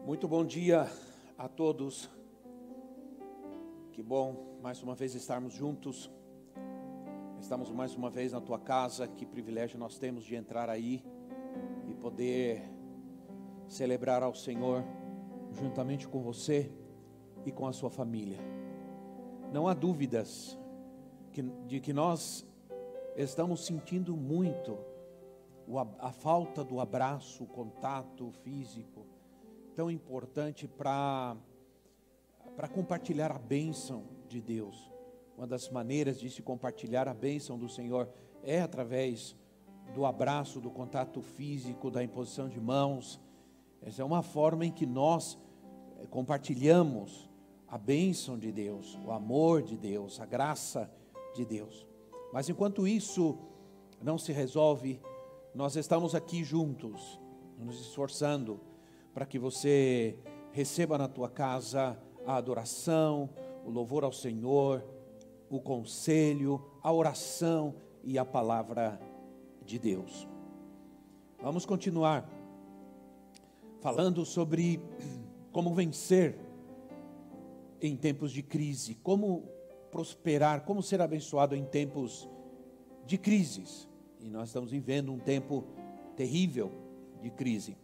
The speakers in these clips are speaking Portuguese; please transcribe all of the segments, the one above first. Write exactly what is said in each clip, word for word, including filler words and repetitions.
Muito bom dia a todos. Que bom mais uma vez estarmos juntos. Estamos mais uma vez na tua casa. Que privilégio nós temos de entrar aí e poder celebrar ao Senhor juntamente com você e com a sua família. Não há dúvidas que, de que nós estamos sentindo muito o, a falta do abraço, o contato físico, tão importante para para compartilhar a bênção de Deus. Uma das maneiras de se compartilhar a bênção do Senhor é através do abraço, do contato físico, da imposição de mãos. Essa é uma forma em que nós compartilhamos a bênção de Deus, o amor de Deus, a graça de Deus. Mas enquanto isso não se resolve, nós estamos aqui juntos, nos esforçando para que você receba na tua casa a adoração, o louvor ao Senhor, o conselho, a oração e a palavra de Deus. Vamos continuar falando sobre como vencer em tempos de crise, como prosperar, como ser abençoado em tempos de crises. E nós estamos vivendo um tempo terrível de crise.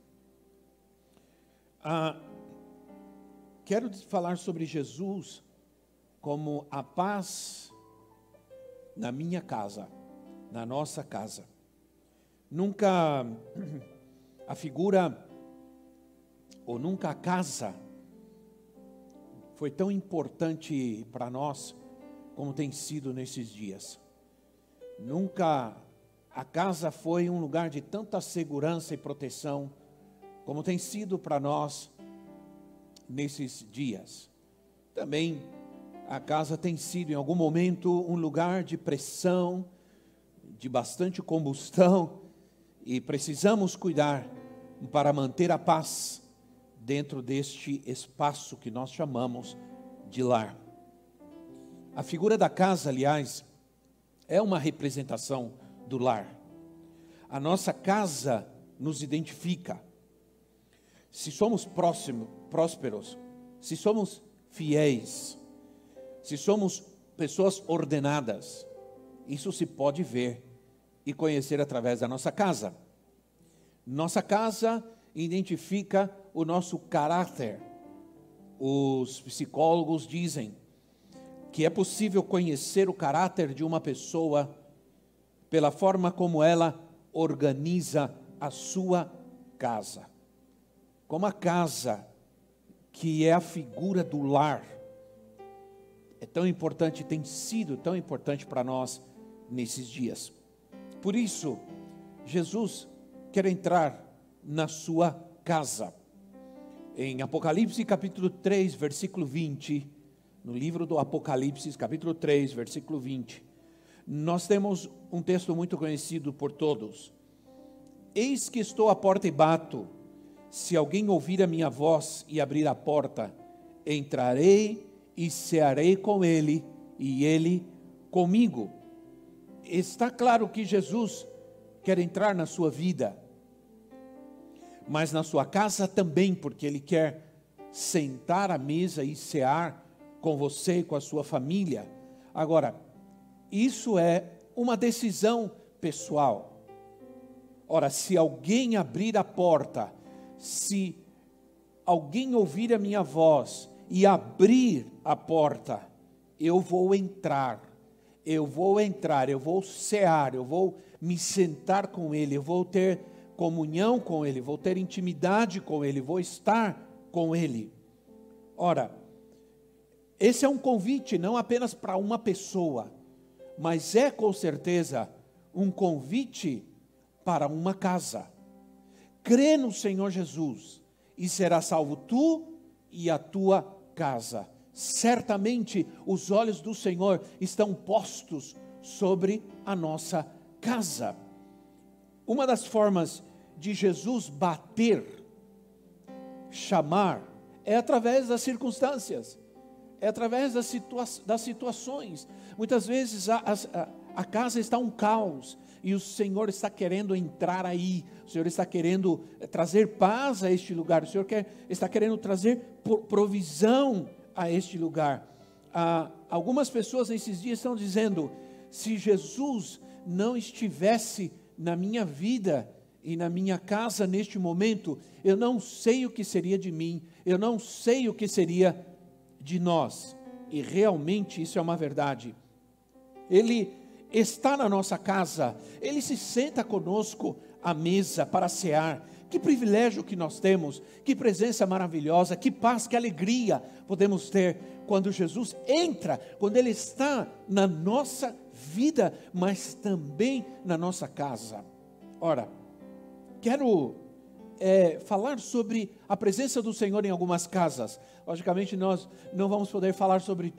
Ah, quero falar sobre Jesus como a paz na minha casa, na nossa casa. Nunca a figura, ou nunca a casa, foi tão importante para nós como tem sido nesses dias. Nunca a casa foi um lugar de tanta segurança e proteção como tem sido para nós nesses dias. Também a casa tem sido em algum momento um lugar de pressão, de bastante combustão, e precisamos cuidar para manter a paz dentro deste espaço que nós chamamos de lar. A figura da casa, aliás, é uma representação do lar. A nossa casa nos identifica. Se somos próximos, prósperos, se somos fiéis, se somos pessoas ordenadas, isso se pode ver e conhecer através da nossa casa. Nossa casa identifica o nosso caráter. Os psicólogos dizem que é possível conhecer o caráter de uma pessoa pela forma como ela organiza a sua casa. Como a casa, que é a figura do lar, é tão importante, tem sido tão importante para nós nesses dias. Por isso, Jesus quer entrar na sua casa. Em Apocalipse capítulo três, versículo vinte, no livro do Apocalipse, capítulo três, versículo vinte, nós temos um texto muito conhecido por todos. Eis que estou à porta e bato. Se alguém ouvir a minha voz e abrir a porta, entrarei e cearei com ele e ele comigo. Está claro que Jesus quer entrar na sua vida, mas na sua casa também, porque Ele quer sentar à mesa e cear com você e com a sua família. Agora, isso é uma decisão pessoal. Ora, se alguém abrir a porta, se alguém ouvir a minha voz e abrir a porta, eu vou entrar, eu vou entrar, eu vou cear, eu vou me sentar com Ele, eu vou ter comunhão com Ele, vou ter intimidade com Ele, vou estar com Ele. Ora, esse é um convite não apenas para uma pessoa, mas é com certeza um convite para uma casa. Crê no Senhor Jesus e será salvo tu e a tua casa. Certamente os olhos do Senhor estão postos sobre a nossa casa. Uma das formas de Jesus bater, chamar, é através das circunstâncias, é através das, situa das situações. Muitas vezes a, a, a casa está um caos, e o Senhor está querendo entrar aí, o Senhor está querendo trazer paz a este lugar, o Senhor quer, está querendo trazer provisão a este lugar. Ah, algumas pessoas nesses dias estão dizendo, se Jesus não estivesse na minha vida e na minha casa neste momento, eu não sei o que seria de mim, eu não sei o que seria de nós. E realmente isso é uma verdade. Ele está na nossa casa, Ele se senta conosco à mesa para cear. Que privilégio que nós temos, que presença maravilhosa, que paz, que alegria podemos ter quando Jesus entra, quando Ele está na nossa vida, mas também na nossa casa. Ora, quero é, falar sobre a presença do Senhor em algumas casas. Logicamente nós não vamos poder falar sobre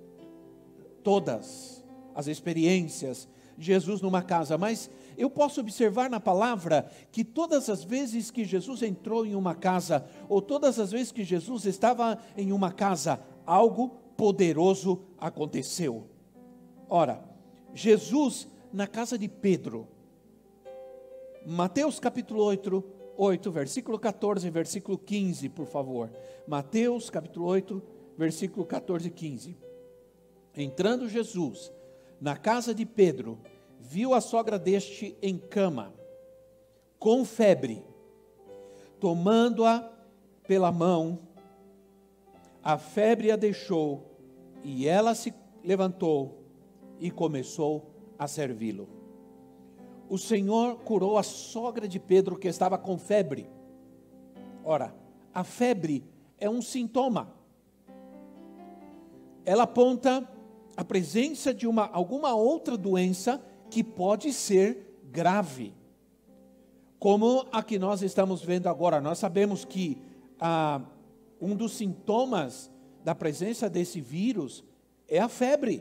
todas as experiências de Jesus numa casa, mas eu posso observar na palavra que todas as vezes que Jesus entrou em uma casa, ou todas as vezes que Jesus estava em uma casa, algo poderoso aconteceu. Ora, Jesus na casa de Pedro, Mateus capítulo oito, oito, versículo catorze, versículo quinze, por favor. Mateus capítulo oito, versículo catorze e quinze. Entrando Jesus na casa de Pedro, viu a sogra deste em cama, com febre. Tomando-a pela mão, a febre a deixou, e ela se levantou e começou a servi-lo. O Senhor curou a sogra de Pedro, que estava com febre. Ora, a febre é um sintoma. Ela aponta a presença de uma, alguma outra doença que pode ser grave, como a que nós estamos vendo agora. Nós sabemos que ah, um dos sintomas da presença desse vírus é a febre.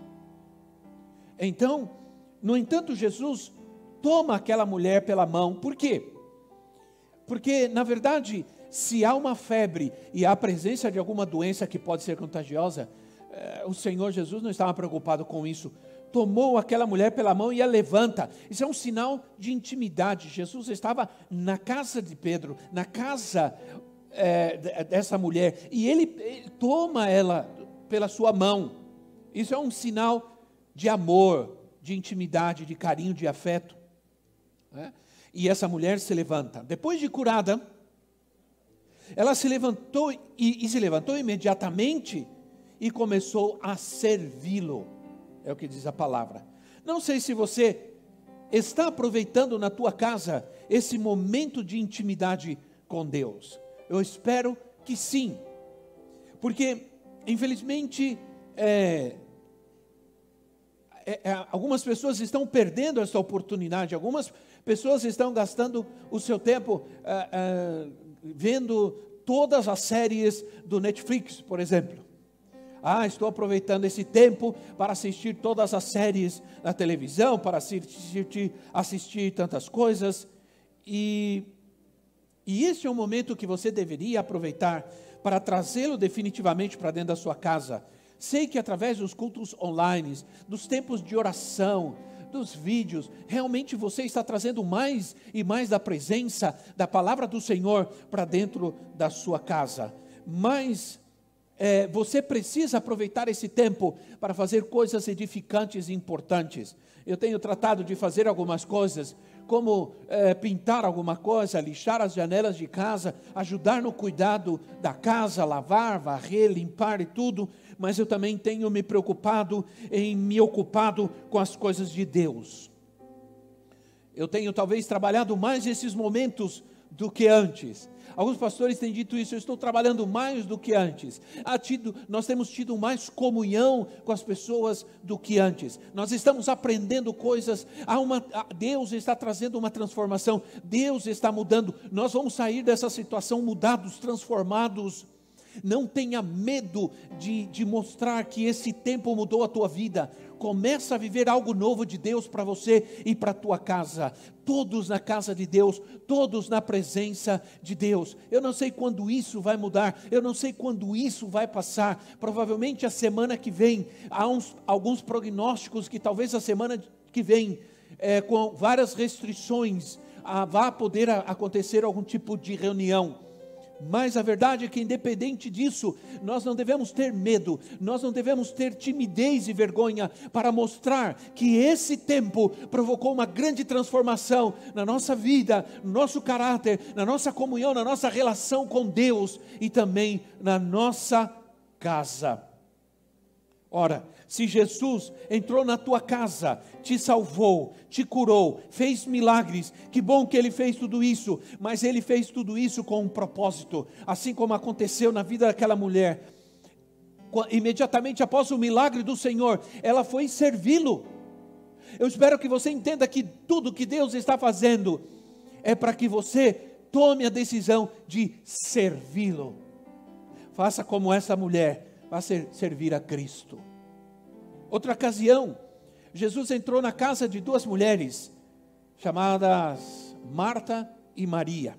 Então, no entanto, Jesus toma aquela mulher pela mão. Por quê? Porque, na verdade, se há uma febre e há a presença de alguma doença que pode ser contagiosa, eh, o Senhor Jesus não estava preocupado com isso. Tomou aquela mulher pela mão e a levanta. Isso é um sinal de intimidade. Jesus estava na casa de Pedro, na casa é, dessa mulher, e ele, ele toma ela pela sua mão. Isso é um sinal de amor, de intimidade, de carinho, de afeto. Né? E essa mulher se levanta. Depois de curada, ela se levantou e, e se levantou imediatamente e começou a servi-lo. É o que diz a palavra. Não sei se você está aproveitando na tua casa esse momento de intimidade com Deus. Eu espero que sim. Porque, infelizmente, é, é, é, algumas pessoas estão perdendo essa oportunidade. Algumas pessoas estão gastando o seu tempo é, é, vendo todas as séries do Netflix, por exemplo. Ah, estou aproveitando esse tempo para assistir todas as séries na televisão, para assistir, assistir tantas coisas. E, e esse é um momento que você deveria aproveitar para trazê-lo definitivamente para dentro da sua casa. Sei que através dos cultos online, dos tempos de oração, dos vídeos, realmente você está trazendo mais e mais da presença da palavra do Senhor para dentro da sua casa. Mas É, você precisa aproveitar esse tempo para fazer coisas edificantes e importantes. Eu tenho tratado de fazer algumas coisas, como é, pintar alguma coisa, lixar as janelas de casa, ajudar no cuidado da casa, lavar, varrer, limpar e tudo, mas eu também tenho me preocupado em me ocupado com as coisas de Deus. Eu tenho talvez trabalhado mais esses momentos do que antes. Alguns pastores têm dito isso, eu estou trabalhando mais do que antes. Há tido, nós temos tido mais comunhão com as pessoas do que antes. Nós estamos aprendendo coisas, há uma, Deus está trazendo uma transformação, Deus está mudando. Nós vamos sair dessa situação mudados, transformados. Não tenha medo de, de mostrar que esse tempo mudou a tua vida. Começa a viver algo novo de Deus para você e para a tua casa. Todos na casa de Deus, todos na presença de Deus. Eu não sei quando isso vai mudar, eu não sei quando isso vai passar. Provavelmente a semana que vem, há uns, alguns prognósticos que talvez a semana que vem, é, com várias restrições, ah, vá poder a, acontecer algum tipo de reunião. Mas a verdade é que, independente disso, nós não devemos ter medo, nós não devemos ter timidez e vergonha para mostrar que esse tempo provocou uma grande transformação na nossa vida, no nosso caráter, na nossa comunhão, na nossa relação com Deus e também na nossa casa. Ora, se Jesus entrou na tua casa, te salvou, te curou, fez milagres, que bom que Ele fez tudo isso, mas Ele fez tudo isso com um propósito, assim como aconteceu na vida daquela mulher. Imediatamente após o milagre do Senhor, ela foi servi-lo. Eu espero que você entenda que tudo que Deus está fazendo é para que você tome a decisão de servi-lo. Faça como essa mulher, vá servir a Cristo. Outra ocasião, Jesus entrou na casa de duas mulheres, chamadas Marta e Maria.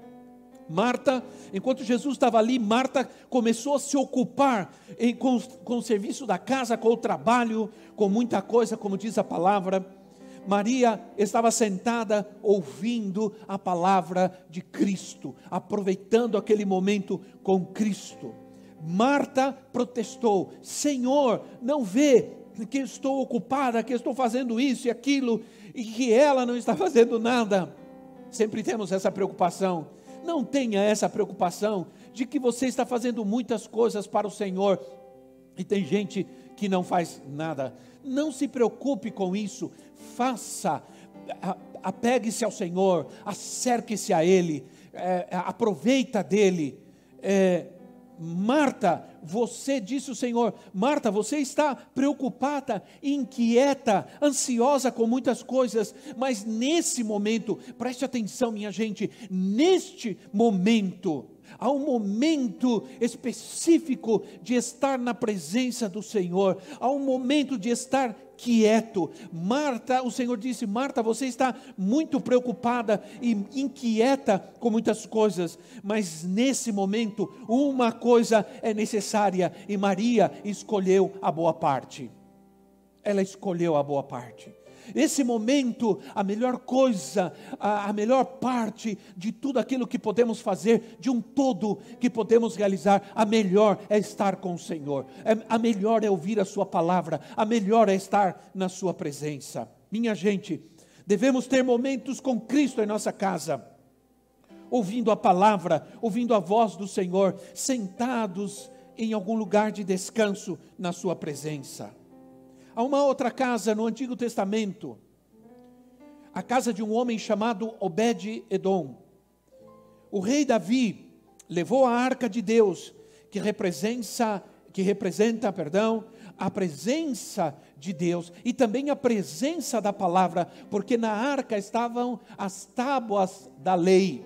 Marta, enquanto Jesus estava ali, Marta começou a se ocupar em, com, com o serviço da casa, com o trabalho, com muita coisa, como diz a palavra. Maria estava sentada ouvindo a palavra de Cristo, aproveitando aquele momento com Cristo. Marta protestou: Senhor, não vê que estou ocupada, que estou fazendo isso e aquilo, e que ela não está fazendo nada? Sempre temos essa preocupação. Não tenha essa preocupação de que você está fazendo muitas coisas para o Senhor e tem gente que não faz nada. Não se preocupe com isso. Faça, apegue-se ao Senhor, acerque-se a Ele, é, aproveita dEle. É, Marta, você, disse o Senhor, Marta, você está preocupada, inquieta, ansiosa com muitas coisas, mas nesse momento, preste atenção, minha gente, neste momento, há um momento específico de estar na presença do Senhor, há um momento de estar quieto. Marta, o Senhor disse: Marta, você está muito preocupada e inquieta com muitas coisas, mas nesse momento uma coisa é necessária, e Maria escolheu a boa parte. Ela escolheu a boa parte. Esse momento, a melhor coisa, a, a melhor parte de tudo aquilo que podemos fazer, de um todo que podemos realizar, a melhor é estar com o Senhor, é, a melhor é ouvir a sua palavra, a melhor é estar na sua presença. Minha gente, devemos ter momentos com Cristo em nossa casa, ouvindo a palavra, ouvindo a voz do Senhor, sentados em algum lugar de descanso na sua presença. Há uma outra casa no Antigo Testamento, a casa de um homem chamado Obed-Edom. O rei Davi levou a arca de Deus, que representa, que representa, perdão, a presença de Deus e também a presença da palavra, porque na arca estavam as tábuas da lei,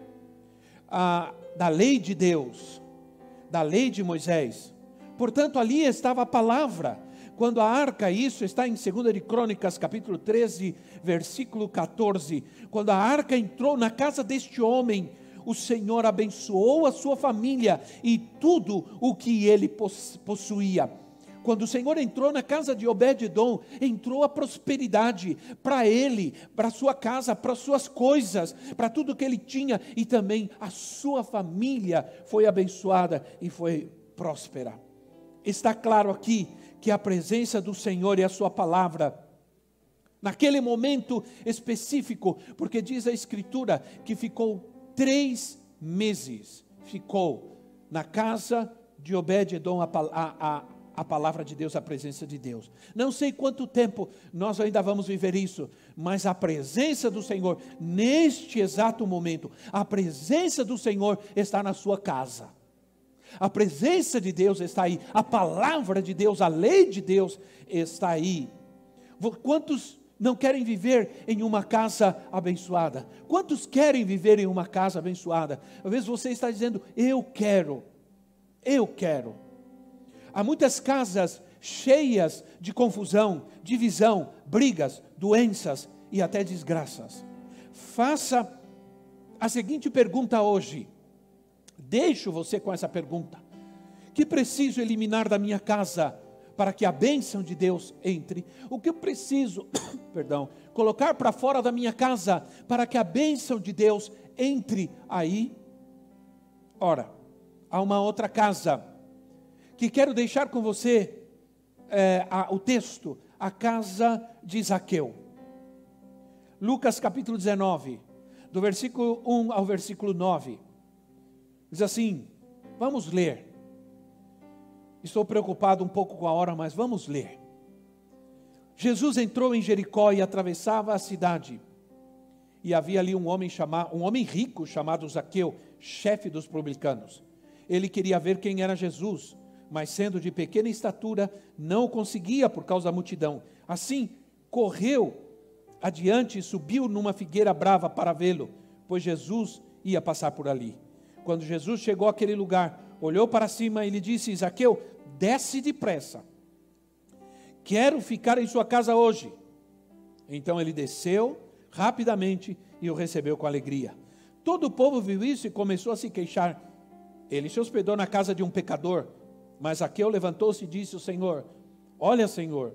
a, da lei de Deus, da lei de Moisés. Portanto, ali estava a palavra. Quando a arca, isso está em segunda de Crônicas, capítulo treze, versículo quatorze. Quando a arca entrou na casa deste homem, o Senhor abençoou a sua família e tudo o que ele possuía. Quando o Senhor entrou na casa de Obed-Edom, entrou a prosperidade para ele, para a sua casa, para as suas coisas, para tudo que ele tinha, e também a sua família foi abençoada e foi próspera. Está claro aqui que a presença do Senhor e a sua palavra, naquele momento específico, porque diz a Escritura que ficou três meses, ficou na casa de Obed-Edom a, a, a, a palavra de Deus, a presença de Deus. Não sei quanto tempo nós ainda vamos viver isso, mas a presença do Senhor, neste exato momento, a presença do Senhor está na sua casa. A presença de Deus está aí, a palavra de Deus, a lei de Deus está aí. Quantos não querem viver em uma casa abençoada? Quantos querem viver em uma casa abençoada? Às vezes você está dizendo: eu quero. Eu quero. Há muitas casas cheias de confusão, divisão, brigas, doenças e até desgraças. Faça a seguinte pergunta hoje. Deixo você com essa pergunta. Que preciso eliminar da minha casa para que a bênção de Deus entre? O que eu preciso, perdão, colocar para fora da minha casa para que a bênção de Deus entre aí? Ora, há uma outra casa que quero deixar com você é, a, o texto, a casa de Zaqueu. Lucas capítulo dezenove, do versículo um ao versículo nove. Diz assim, vamos ler. Estou preocupado um pouco com a hora, mas vamos ler. Jesus entrou em Jericó e atravessava a cidade. E havia ali um homem, chamado, um homem rico chamado Zaqueu, chefe dos publicanos. Ele queria ver quem era Jesus, mas sendo de pequena estatura, não o conseguia por causa da multidão. Assim, correu adiante e subiu numa figueira brava para vê-lo, pois Jesus ia passar por ali. Quando Jesus chegou àquele lugar, olhou para cima e lhe disse, Zaqueu, desce depressa. Quero ficar em sua casa hoje. Então ele desceu rapidamente e o recebeu com alegria. Todo o povo viu isso e começou a se queixar. Ele se hospedou na casa de um pecador. Mas Zaqueu levantou-se e disse ao Senhor, olha Senhor,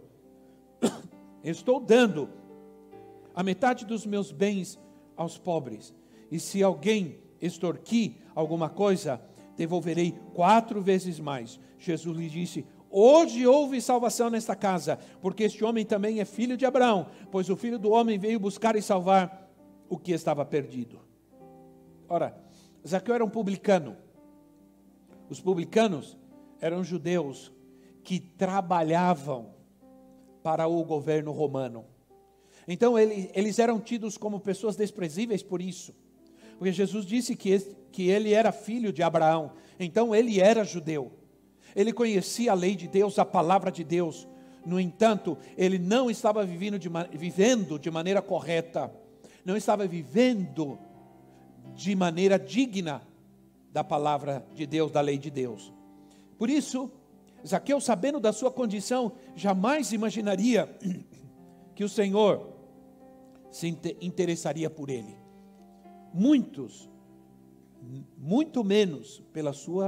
estou dando a metade dos meus bens aos pobres. E se alguém extorquir alguma coisa, devolverei quatro vezes mais. Jesus lhe disse, hoje houve salvação nesta casa, porque este homem também é filho de Abraão, pois o Filho do Homem veio buscar e salvar o que estava perdido. Ora, Zaqueu era um publicano. Os publicanos eram judeus que trabalhavam para o governo romano. Então ele, eles eram tidos como pessoas desprezíveis por isso. Porque Jesus disse que, esse, que ele era filho de Abraão. Então ele era judeu. Ele conhecia a lei de Deus, a palavra de Deus. No entanto, ele não estava vivendo de, vivendo de maneira correta. Não estava vivendo de maneira digna da palavra de Deus, da lei de Deus. Por isso, Zaqueu, sabendo da sua condição, jamais imaginaria que o Senhor se interessaria por ele. Muitos, muito menos pela sua,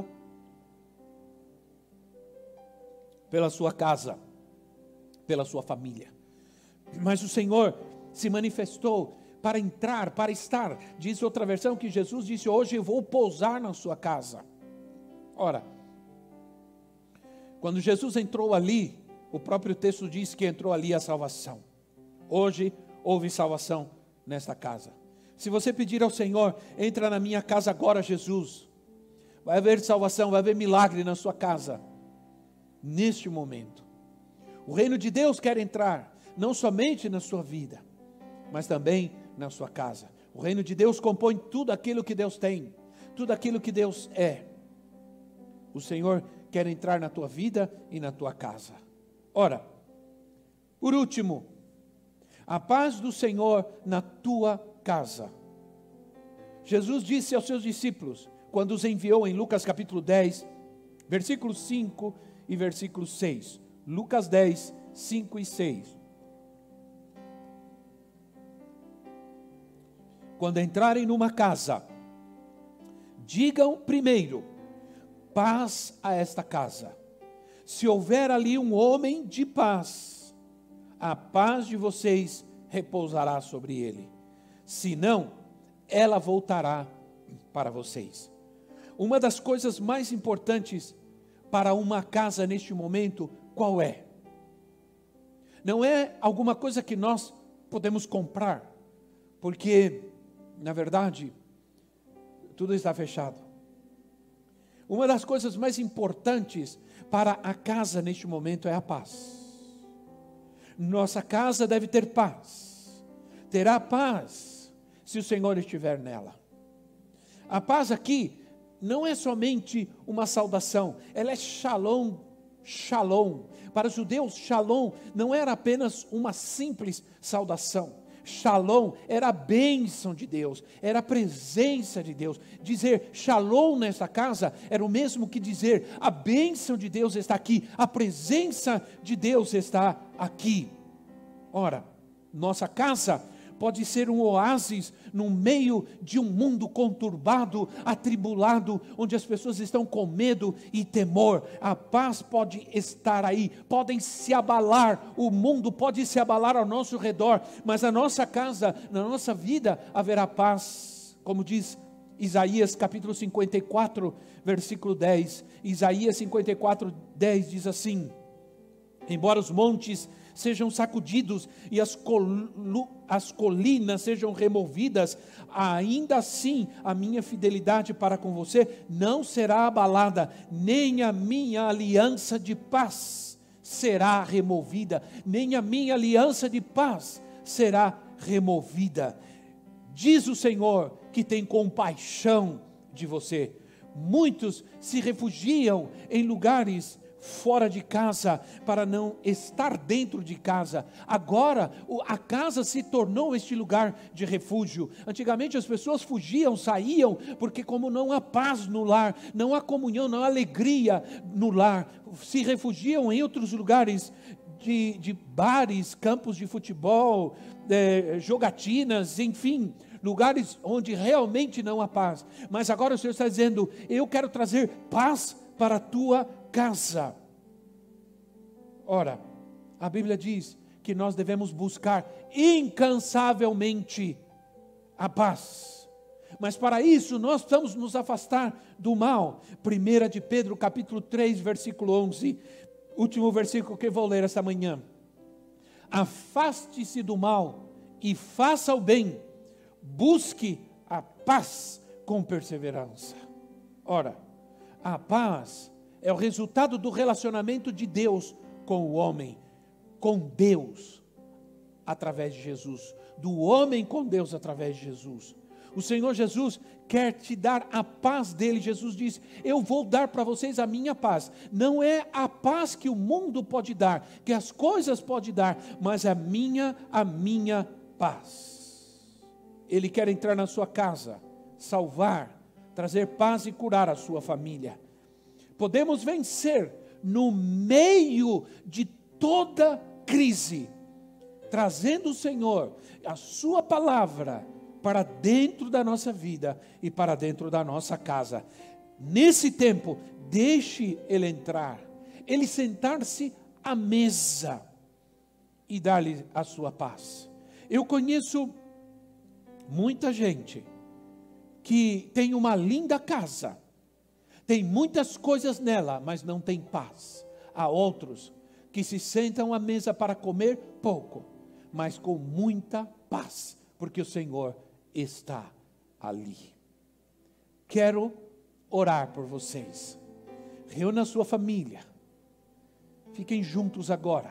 pela sua casa, pela sua família. Mas o Senhor se manifestou para entrar, para estar. Diz outra versão que Jesus disse, hoje eu vou pousar na sua casa. Ora, quando Jesus entrou ali, o próprio texto diz que entrou ali a salvação. Hoje houve salvação nesta casa. Se você pedir ao Senhor, entra na minha casa agora, Jesus. Vai haver salvação, vai haver milagre na sua casa. Neste momento. O reino de Deus quer entrar, não somente na sua vida, mas também na sua casa. O reino de Deus compõe tudo aquilo que Deus tem, tudo aquilo que Deus é. O Senhor quer entrar na tua vida e na tua casa. Ora, por último, a paz do Senhor na tua casa. Jesus disse aos seus discípulos, quando os enviou em Lucas capítulo dez, versículo cinco e versículo seis. Lucas dez, cinco e seis. Quando entrarem numa casa, digam primeiro, paz a esta casa. Se houver ali um homem de paz, a paz de vocês repousará sobre ele. Se não, ela voltará para vocês. Uma das coisas mais importantes para uma casa neste momento, qual é? Não é alguma coisa que nós podemos comprar, porque, na verdade, tudo está fechado. Uma das coisas mais importantes para a casa neste momento é a paz. Nossa casa deve ter paz. Terá paz se o Senhor estiver nela. A paz aqui não é somente uma saudação, ela é shalom, shalom. Para os judeus, shalom não era apenas uma simples saudação. Shalom era a bênção de Deus, era a presença de Deus. Dizer shalom nessa casa era o mesmo que dizer a bênção de Deus está aqui, a presença de Deus está aqui. Ora, nossa casa pode ser um oásis no meio de um mundo conturbado, atribulado, onde as pessoas estão com medo e temor. A paz pode estar aí, podem se abalar, o mundo pode se abalar ao nosso redor, mas na nossa casa, na nossa vida, haverá paz, como diz Isaías capítulo cinquenta e quatro, versículo dez. Isaías cinquenta e quatro, dez diz assim: embora os montes sejam sacudidos e as, colu, as colinas sejam removidas, ainda assim a minha fidelidade para com você não será abalada, nem a minha aliança de paz será removida, nem a minha aliança de paz será removida. Diz o Senhor que tem compaixão de você. Muitos se refugiam em lugares fora de casa, para não estar dentro de casa. Agora, a casa se tornou este lugar de refúgio. Antigamente as pessoas fugiam, saíam, porque como não há paz no lar, não há comunhão, não há alegria no lar, se refugiam em outros lugares, de, de bares, campos de futebol, é, jogatinas, enfim, lugares onde realmente não há paz. Mas agora o Senhor está dizendo: eu quero trazer paz para a tua casa. Ora, a Bíblia diz que nós devemos buscar incansavelmente a paz, mas para isso nós precisamos nos afastar do mal. Primeira de Pedro capítulo três, versículo onze, último versículo que eu vou ler esta manhã: afaste-se do mal e faça o bem, busque a paz com perseverança. Ora, a paz é o resultado do relacionamento de Deus com o homem, com Deus através de Jesus, do homem com Deus através de Jesus. O Senhor Jesus quer te dar a paz dele. Jesus diz: eu vou dar para vocês a minha paz. Não é a paz que o mundo pode dar, que as coisas podem dar, mas a minha, a minha paz. Ele quer entrar na sua casa, salvar, trazer paz e curar a sua família. Podemos vencer no meio de toda crise, trazendo o Senhor, a sua palavra, para dentro da nossa vida e para dentro da nossa casa. Nesse tempo, deixe Ele entrar, Ele sentar-se à mesa e dar-lhe a sua paz. Eu conheço muita gente que tem uma linda casa, tem muitas coisas nela, mas não tem paz. Há outros que se sentam à mesa para comer pouco, mas com muita paz, porque o Senhor está ali. Quero orar por vocês. Reúna a sua família. Fiquem juntos agora.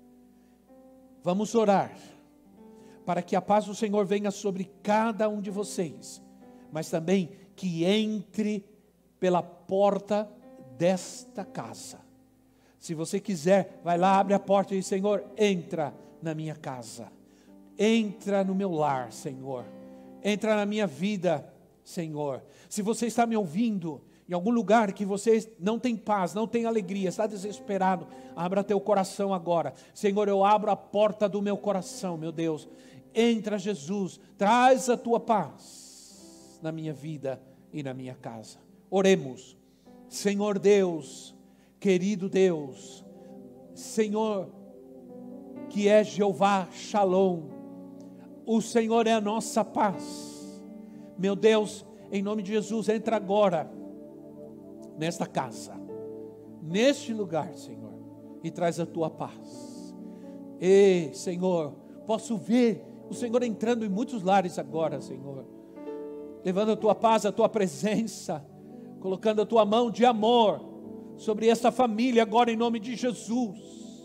Vamos orar para que a paz do Senhor venha sobre cada um de vocês, mas também que entre pela porta desta casa. Se você quiser, vai lá, abre a porta e diz: Senhor, entra na minha casa, entra no meu lar, Senhor, entra na minha vida, Senhor. Se você está me ouvindo em algum lugar que você não tem paz, não tem alegria, está desesperado, abra teu coração agora. Senhor, eu abro a porta do meu coração, meu Deus. Entra, Jesus, traz a tua paz na minha vida e na minha casa. Oremos. Senhor Deus, querido Deus, Senhor, que é Jeová Shalom, o Senhor é a nossa paz. Meu Deus, em nome de Jesus, entra agora nesta casa, neste lugar, Senhor, e traz a tua paz. E, Senhor, posso ver o Senhor entrando em muitos lares agora, Senhor, levando a tua paz, a tua presença, colocando a tua mão de amor sobre esta família agora, em nome de Jesus.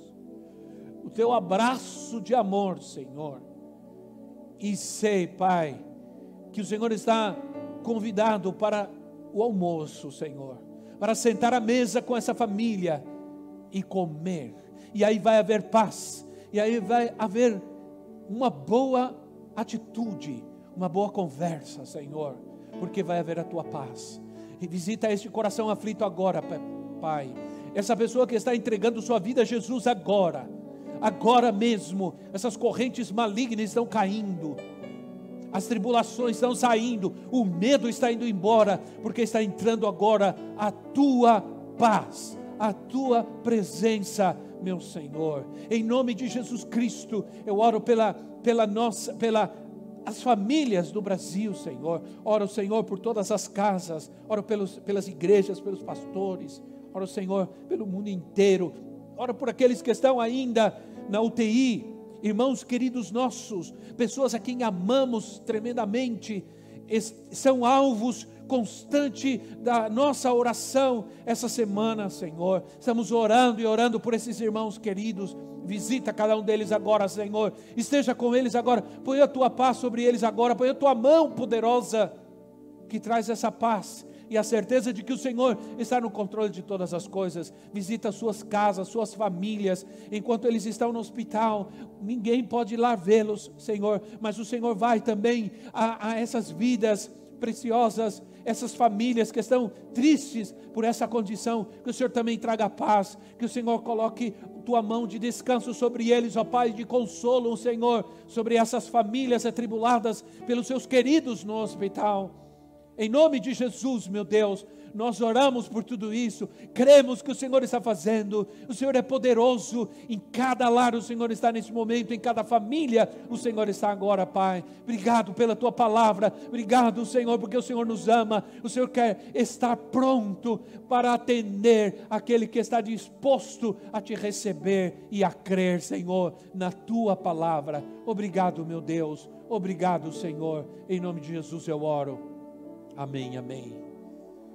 O teu abraço de amor, Senhor. E sei, Pai, que o Senhor está convidado para o almoço, Senhor, para sentar à mesa com essa família e comer. E aí vai haver paz, e aí vai haver uma boa atitude, uma boa conversa, Senhor, porque vai haver a tua paz. E visita este coração aflito agora, Pai. Essa pessoa que está entregando sua vida a Jesus agora, agora mesmo, essas correntes malignas estão caindo, as tribulações estão saindo, o medo está indo embora, porque está entrando agora a tua paz, a tua presença, meu Senhor. Em nome de Jesus Cristo, eu oro pela, pela nossa, pela as famílias do Brasil, Senhor. Oro, Senhor, por todas as casas, oro pelos, pelas igrejas, pelos pastores, oro, Senhor, pelo mundo inteiro, oro por aqueles que estão ainda na U T I, irmãos queridos nossos, pessoas a quem amamos tremendamente, são alvos constantes da nossa oração essa semana, Senhor. Estamos orando e orando por esses irmãos queridos. Visita cada um deles agora, Senhor. Esteja com eles agora. Põe a tua paz sobre eles agora. Põe a tua mão poderosa que traz essa paz e a certeza de que o Senhor está no controle de todas as coisas. Visita suas casas, suas famílias. Enquanto eles estão no hospital, ninguém pode ir lá vê-los, Senhor. Mas o Senhor vai também a, a essas vidas preciosas, essas famílias que estão tristes por essa condição. Que o Senhor também traga paz. Que o Senhor coloque tua mão de descanso sobre eles, ó Pai, de consolo, Senhor, sobre essas famílias atribuladas pelos seus queridos no hospital. Em nome de Jesus, meu Deus, nós oramos por tudo isso, cremos que o Senhor está fazendo, o Senhor é poderoso, em cada lar o Senhor está nesse momento, em cada família o Senhor está agora, Pai. Obrigado pela tua palavra, obrigado, Senhor, porque o Senhor nos ama, o Senhor quer estar pronto para atender aquele que está disposto a te receber e a crer, Senhor, na tua palavra. Obrigado, meu Deus, obrigado, Senhor, em nome de Jesus eu oro. Amém, amém.